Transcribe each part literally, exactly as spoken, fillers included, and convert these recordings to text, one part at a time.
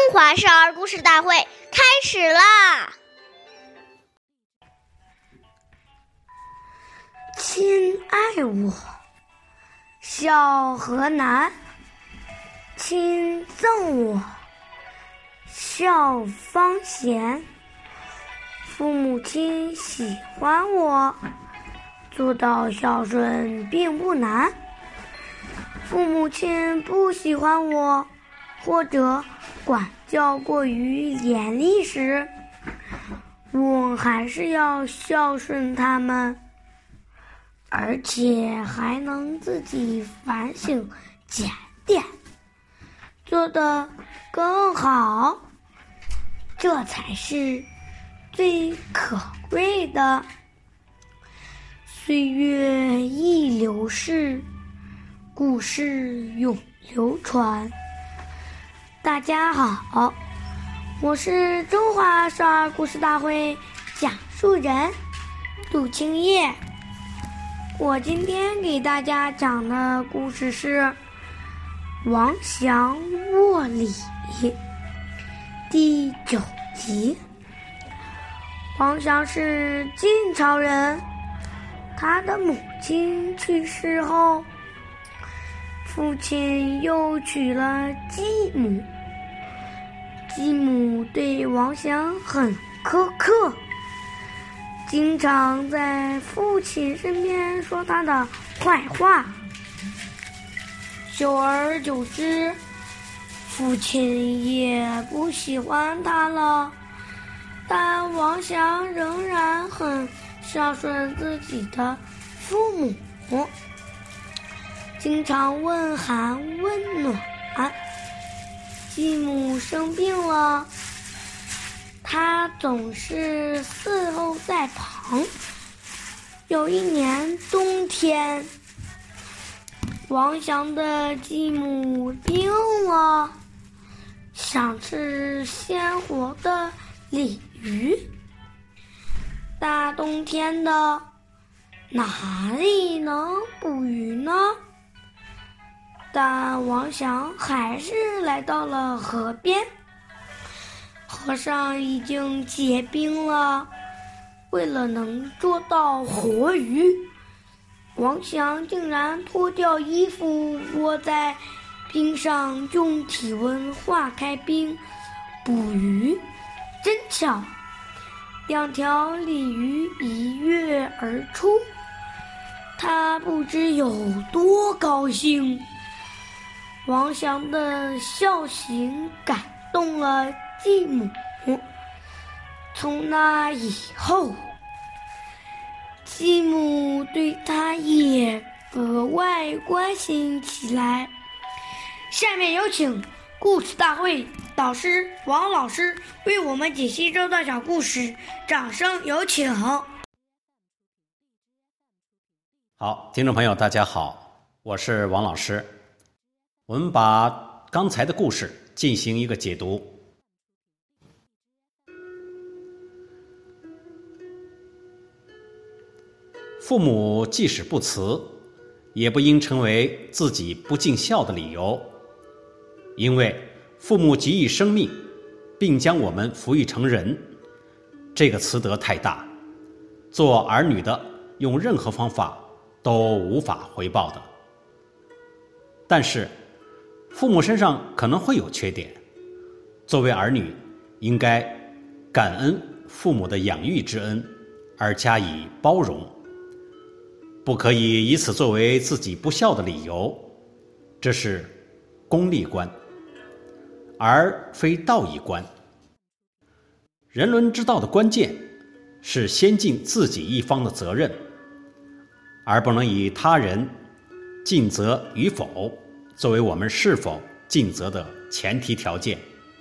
华少儿故事大会开始啦！ 亲爱我，小河南；亲赠我，孝方贤。父母亲喜欢我，做到孝顺并不难。父母亲不喜欢我，或者管教过于严厉时，我还是要孝顺他们，而且还能自己反省检点，做得更好，这才是最可贵的。岁月易流逝，故事永流传。大家好，我是中华少儿故事大会讲述人杜青叶。我今天给大家讲的故事是王祥卧里第九集。王祥是晋朝人，他的母亲去世后，父亲又娶了继母。继母对王祥很苛刻，经常在父亲身边说他的坏话。久而久之，父亲也不喜欢他了，但王祥仍然很孝顺自己的父母，经常问寒问暖。继母生病了，他总是伺候在旁。有一年冬天，王祥的继母病了，想吃鲜活的鲤鱼。大冬天的，哪里能捕鱼呢？但王祥还是来到了河边。河上已经结冰了，为了能捉到活鱼，王祥竟然脱掉衣服窝在冰上，用体温化开冰捕鱼。真巧，两条鲤鱼一跃而出，他不知有多高兴。王祥的孝行感动了继母，从那以后，继母对他也格外关心起来。下面有请故事大会导师王老师为我们解析这段小故事，掌声有请。 好，听众朋友大家好，我是王老师。我们把刚才的故事进行一个解读。父母即使不辞，也不应成为自己不尽孝的理由，因为父母给予生命，并将我们抚育成人，这个慈德太大，做儿女的用任何方法都无法回报的。但是父母身上可能会有缺点，作为儿女应该感恩父母的养育之恩，而加以包容，不可以以此作为自己不孝的理由，这是功利观，而非道义观。人伦之道的关键是先尽自己一方的责任，而不能以他人尽责与否作为我们是否尽责的前提条件。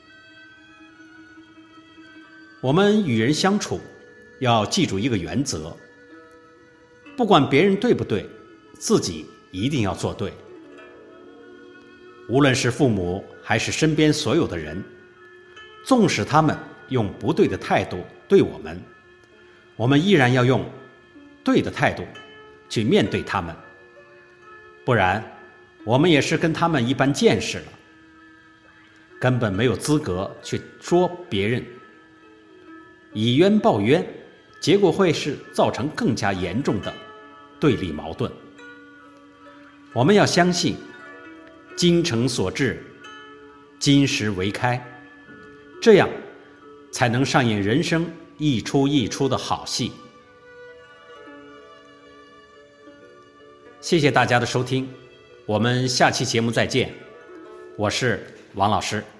我们与人相处要记住一个原则，不管别人对不对，自己一定要做对。无论是父母还是身边所有的人，纵使他们用不对的态度对我们，我们依然要用对的态度去面对他们，不然我们也是跟他们一般见识了。 根本没有资格去说别人。以冤报冤，结果会是造成更加严重的对立矛盾。我们要相信精诚所至，金石为开，这样才能上演人生一出一出的好戏。谢谢大家的收听，我们下期节目再见，我是王老师。